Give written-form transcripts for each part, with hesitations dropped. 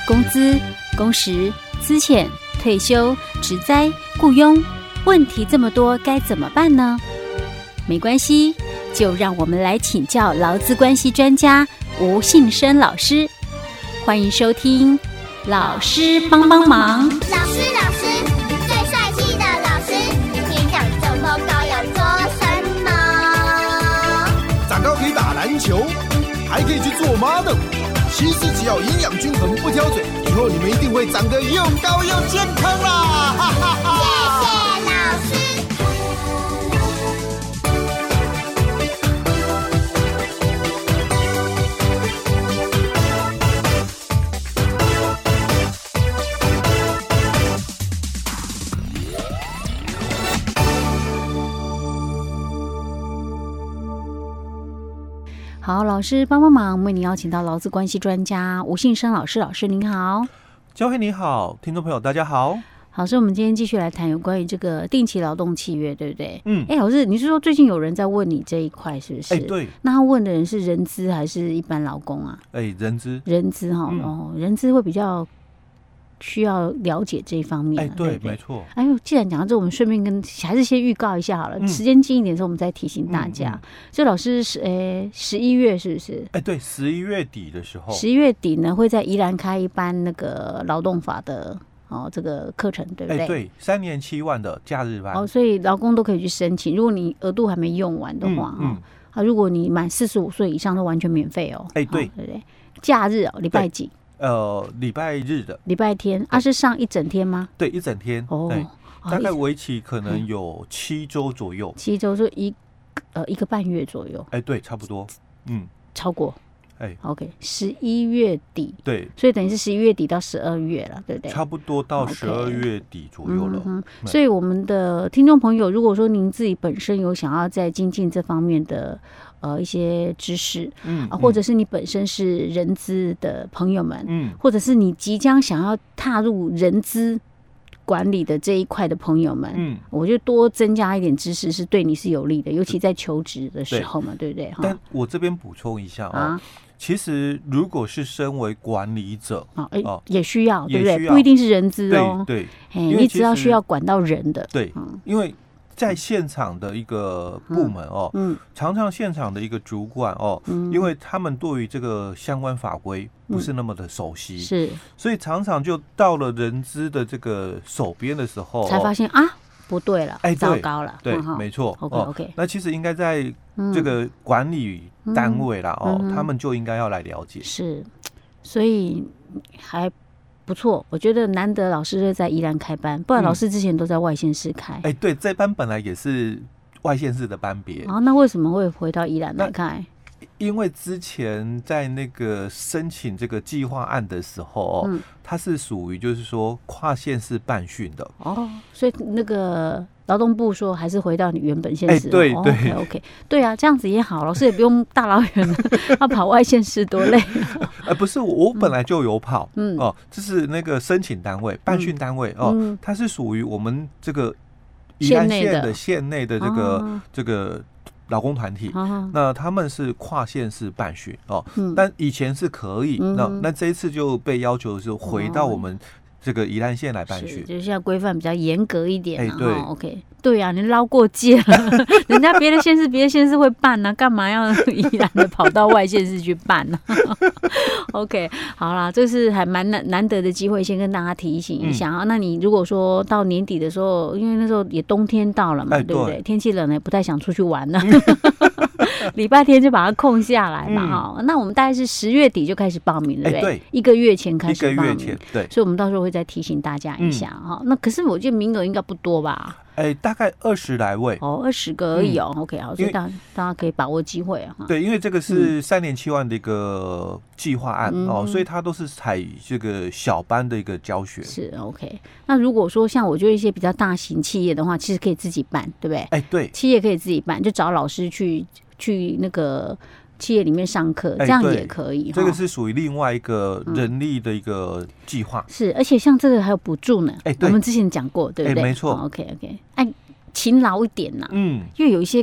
工资、工时、资遣、退休、职灾、雇佣，问题这么多，该怎么办呢？没关系，就让我们来请教劳资关系专家吴信生老师。欢迎收听老师帮帮忙。 老师，最帅气的老师，你想这么高要做什么？ 长高可以打篮球，还可以去做 model。其实只要营养均衡，不挑嘴，以后你们一定会长得又高又健康啦！哈哈哈！ 谢谢老师。 好，老师帮帮忙，为您邀请到劳资关系专家吴信生老师。老师您好。 焦慧你好，听众朋友大家好。 老师，我们今天继续来谈有关于这个定期劳动契约，对不对？ 老师，你是说最近有人在问你这一块是不是？ 对。 那他问的人是人资还是一般劳工啊？ 人资。 人资哈，人资会比较需要了解这一方面。 对，没错。 既然讲到这，我们顺便还是先预告一下好了。时间近一点的时候，我们再提醒大家。所以老师11月是不是？ 对，11月底的时候。 11月底呢，会在宜兰开一班那个劳动法的这个课程，对不对？ 对，3年7万的假日班。 所以劳工都可以去申请。如果你额度还没用完的话，如果你满45岁以上，都完全免费哦。 对， 对不对？假日礼拜几？ 礼拜日的， 礼拜天是上一整天吗？ 对，一整天。大概为期可能有7周左右。7 周就一个半月左右。 对，差不多。 超过。OK， 11月底。 对， 所以等于是11月底到12月了，对不对？ 差不多到12月底左右了。 所以我们的听众朋友，如果说您自己本身有想要在精进这方面的一些知识，或者是你本身是人资的朋友们，或者是你即将想要踏入人资管理的这一块的朋友们，我觉得多增加一点知识是对你是有利的，尤其在求职的时候嘛，对不对？ 但我这边补充一下其实如果是身为管理者也需要，对不对？不一定是人资哦。 对， 你只要需要管到人的。 对，因为在现场的一个部门常常现场的一个主管因为他们对于这个相关法规不是那么的熟悉， 是， 所以常常就到了人资的这个手边的时候， 才发现不对了，糟糕了。 对，没错。 OK， 那其实应该在这个管理单位啦他们就应该要来了解。 是，所以还不错，我觉得难得老师会在宜兰开班，不然老师之前都在外县市开。 对，这班本来也是外县市的班别。 那为什么会回到宜兰来开？ 因为之前在那个申请这个计划案的时候它是属于就是说跨县市办训的所以那个劳动部说还是回到你原本县市。 对 ，OK， 对啊，这样子也好，老师也不用大老远的要跑外县市，多累。 不是，我本来就有跑这是那个申请单位办训单位它是属于我们这个宜兰县的县内的这个劳工团体，那他们是跨县市办训但以前是可以，那这一次就被要求是回到我们这个宜兰县来办训， 就是现在规范比较严格一点对 ，OK， 对啊，你捞过界了，人家别的县市会办啊，干嘛要宜兰的跑到外县市去办呢？OK， 好啦，这是还蛮难得的机会，先跟大家提醒一下那你如果说到年底的时候，因为那时候也冬天到了嘛，对不对？天气冷了，也不太想出去玩了。礼拜天就把它空下来嘛那我们大概是10月底就开始报名，对不对？1个月前开始报名， 对， 所以我们到时候会再提醒大家一下那可是我觉得名额应该不多吧？ 大概20来位 20个而已OK， 好，所以大家可以把握机会对，因为这个是3年7万的一个计划案所以它都是采这个小班的一个教学。 是 OK。那如果说像我觉得一些比较大型企业的话，其实可以自己办，对不对？ 对， 企业可以自己办，就找老师去那个企业里面上课，这样也可以。 这个是属于另外一个人力的一个计划。 是，而且像这个还有补助呢。我们之前讲过，对不对？ 没错。 OK， 勤劳一点因为有一些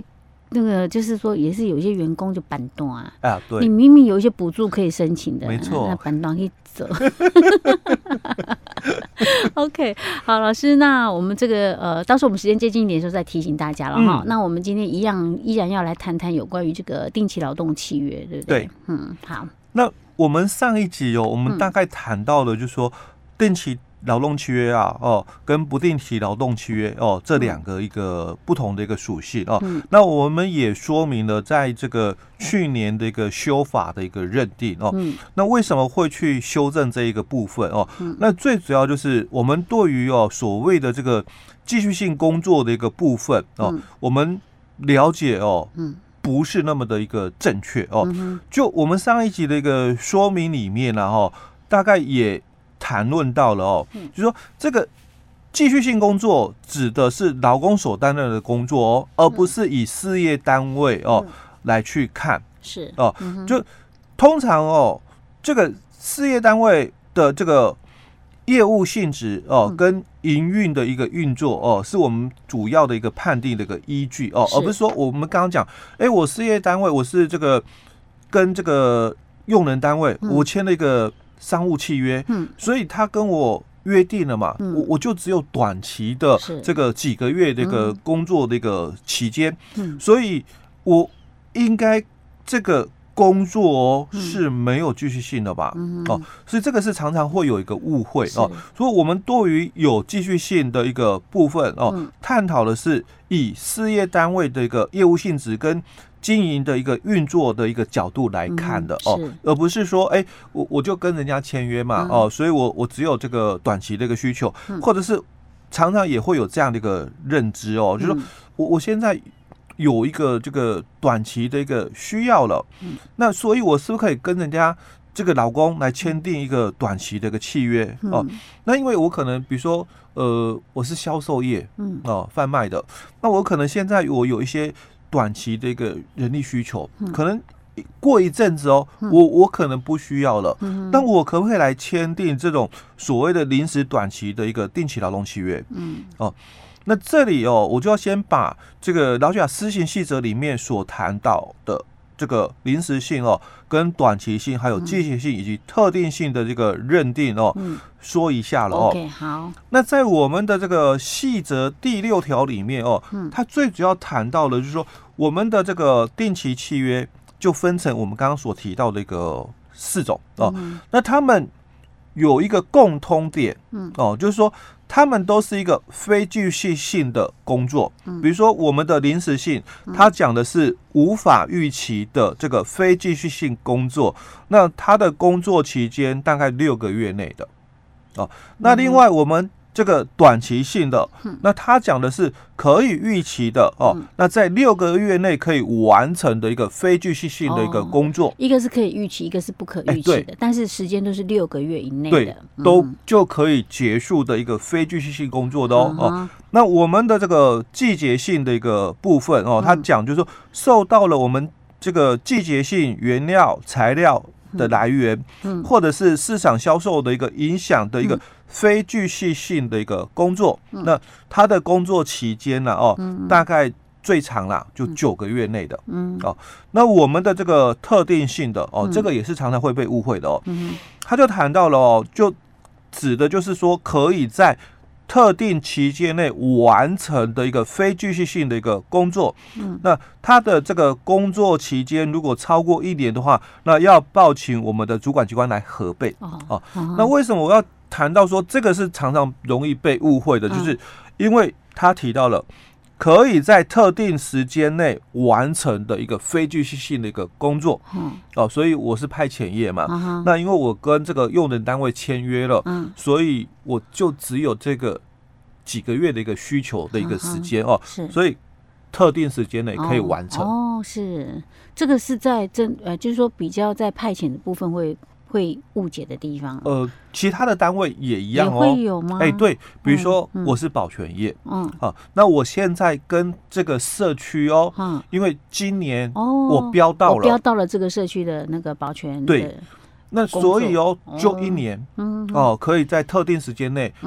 那个就是说，也是有一些员工就板断啊， 对， 你明明有一些补助可以申请的， 没错， 那板断一走。OK， 好，老师，那我们这个到时候我们时间接近一点的时候再提醒大家了哈。那我们今天依然要来谈谈有关于这个定期劳动契约，对不对？ 对， 好。 那我们上一集我们大概谈到了，就是说定期劳动契约跟不定期劳动契约这两个一个不同的一个属性那我们也说明了，在这个去年的一个修法的一个认定那为什么会去修正这一个部分那最主要就是我们对于所谓的这个继续性工作的一个部分我们了解不是那么的一个正确就我们上一集的一个说明里面大概也谈论到了就是说这个继续性工作指的是劳工所担任的工作而不是以事业单位来去看是就通常这个事业单位的这个业务性质跟营运的一个运作是我们主要的一个判定的一个依据而不是说我们刚刚讲我事业单位我是这个跟这个用人单位我签了一个商务契约所以他跟我约定了嘛我就只有短期的这个几个月的一个工作的一个期间所以我应该这个工作是没有继续性的吧所以这个是常常会有一个误会所以我们对于有继续性的一个部分探讨的是以事业单位的一个业务性质跟经营的一个运作的一个角度来看的而不是说我就跟人家签约嘛所以我只有这个短期的一个需求或者是常常也会有这样的一个认知就是说我现在有一个这个短期的一个需要了那所以我是不是可以跟人家这个劳工来签订一个短期的一个契约那因为我可能比如说我是销售业贩卖的那我可能现在我有一些短期的一个人力需求可能过一阵子我可能不需要了那我可不可以来签订这种所谓的临时短期的一个定期劳动契约那这里我就要先把这个劳基法施行细则里面所谈到的这个临时性跟短期性还有季节性以及特定性的这个认定说一下了 OK 好。 那在我们的这个细则第6条里面它最主要谈到的就是说我们的这个定期契约就分成我们刚刚所提到的一个4种那他们有一个共通点就是说他们都是一个非继续性的工作比如说我们的临时性它讲的是无法预期的这个非继续性工作那它的工作期间大概6个月内的那另外我们这个短期性的那它讲的是可以预期的那在6个月内可以完成的一个非继续性的一个工作一个是可以预期一个是不可预期的但是时间都是6个月以内的对都就可以结束的一个非继续性工作的那我们的这个季节性的一个部分它讲就是说受到了我们这个季节性原料材料的来源或者是市场销售的一个影响的一个非继续性的一个工作那它的工作期间呢大概最长啦就9个月内的那我们的这个特定性的这个也是常常会被误会的他就谈到了就指的就是说可以在特定期间内完成的一个非继续性的一个工作那他的这个工作期间如果超过1年的话那要报请我们的主管机关来核备那为什么我要谈到说这个是常常容易被误会的就是因为他提到了可以在特定时间内完成的一个非继续性的一个工作所以我是派遣业嘛那因为我跟这个用人单位签约了所以我就只有这个几个月的一个需求的一个时间所以特定时间内可以完成是这个是在就是说比较在派遣的部分会误解的地方其他的单位也一样也会有吗对比如说我是保全业那我现在跟这个社区因为今年我标到了这个社区的那个保全对那所以就1年可以在特定时间内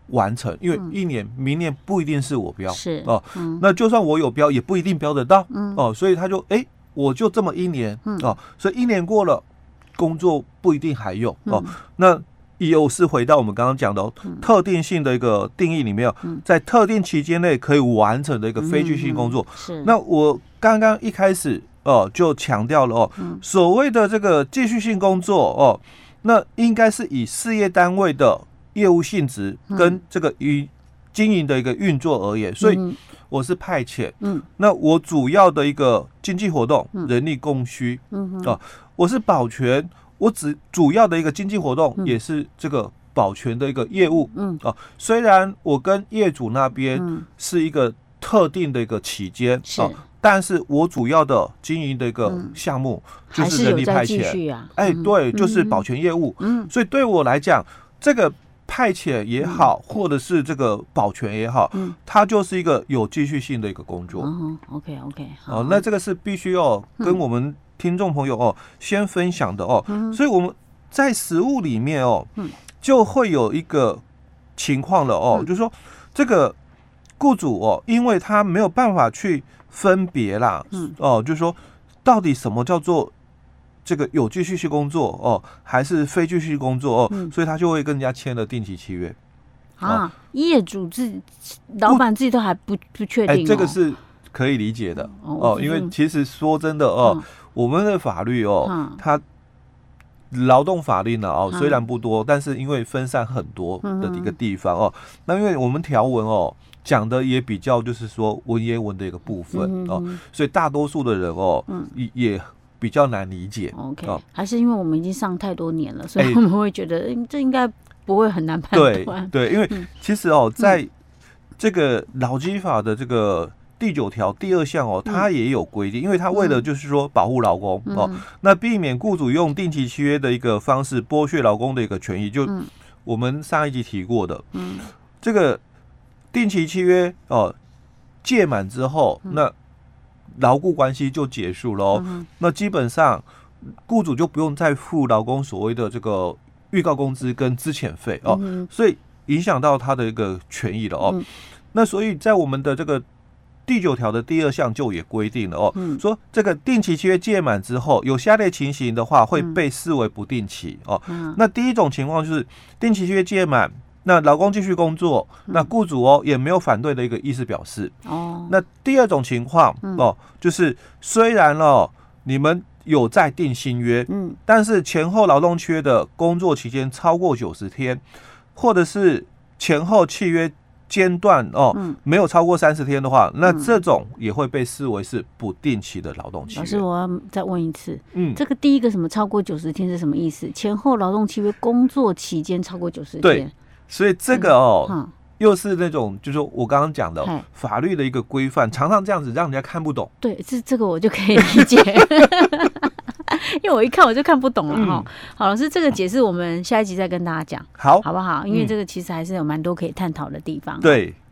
完成，因为明年不一定是我标， 是哦，那就算我有标，也不一定标得到，哦，所以他就我就这么1年，哦，所以1年过了，工作不一定还有，哦，那又是回到我们刚刚讲的特定性的一个定义里面，在特定期间内可以完成的一个非继续性工作。 是， 那我刚刚一开始就强调了所谓的这个继续性工作那应该是以事业单位的业务性质跟这个经营的一个运作而言，所以我是派遣，那我主要的一个经济活动，人力供需，我是保全，我主要的一个经济活动也是这个保全的一个业务，虽然我跟业主那边是一个特定的一个期间，但是我主要的经营的一个项目就是人力派遣，对，就是保全业务，所以对我来讲，这个派遣也好，或者是这个保全也好，它就是一个有继续性的一个工作。 OK， 那这个是必须跟我们听众朋友先分享的所以我们在实务里面就会有一个情况了就是说这个雇主因为他没有办法去分别啦，就是说到底什么叫做这个有继续性工作还是非继续性工作所以他就会跟人家签了定期契约业主老板自己都还不确定， 这个是可以理解的因为其实说真的我们的法律它劳动法令呢虽然不多，但是因为分散很多的一个地方那因为我们条文讲的也比较就是说文言文的一个部分所以大多数的人也比较难理解。 OK，还是因为我们已经上太多年了，所以我们会觉得这应该不会很难判断。 对，因为其实在这个劳基法的这个第9条第2项它也有规定，因为它为了就是说保护劳工那避免雇主用定期契约的一个方式剥削劳工的一个权益，就我们上一集提过的，这个定期契约届满之后，那劳雇关系就结束了那基本上雇主就不用再付劳工所谓的这个预告工资跟资遣费所以影响到他的一个权益了那所以在我们的这个第9条的第2项就也规定了说这个定期契约届满之后，有下列情形的话会被视为不定期那第一种情况就是定期契约届满，那劳工继续工作，那雇主也没有反对的一个意思表示那第2种情况就是虽然你们有在订新约但是前后劳动契约的工作期间超过90天，或者是前后契约间断没有超过30天的话，那这种也会被视为是不定期的劳动契约。 老师，我要再问一次，这个第一个什么超过90天是什么意思？前后劳动契约工作期间超过90天， 对，所以这个又是那种就是我刚刚讲的法律的一个规范，常常这样子让人家看不懂。 对，这个我就可以理解。因为我一看我就看不懂了好，老师，这个解释我们下一集再跟大家讲，好不好？因为这个其实还是有蛮多可以探讨的地方。 对。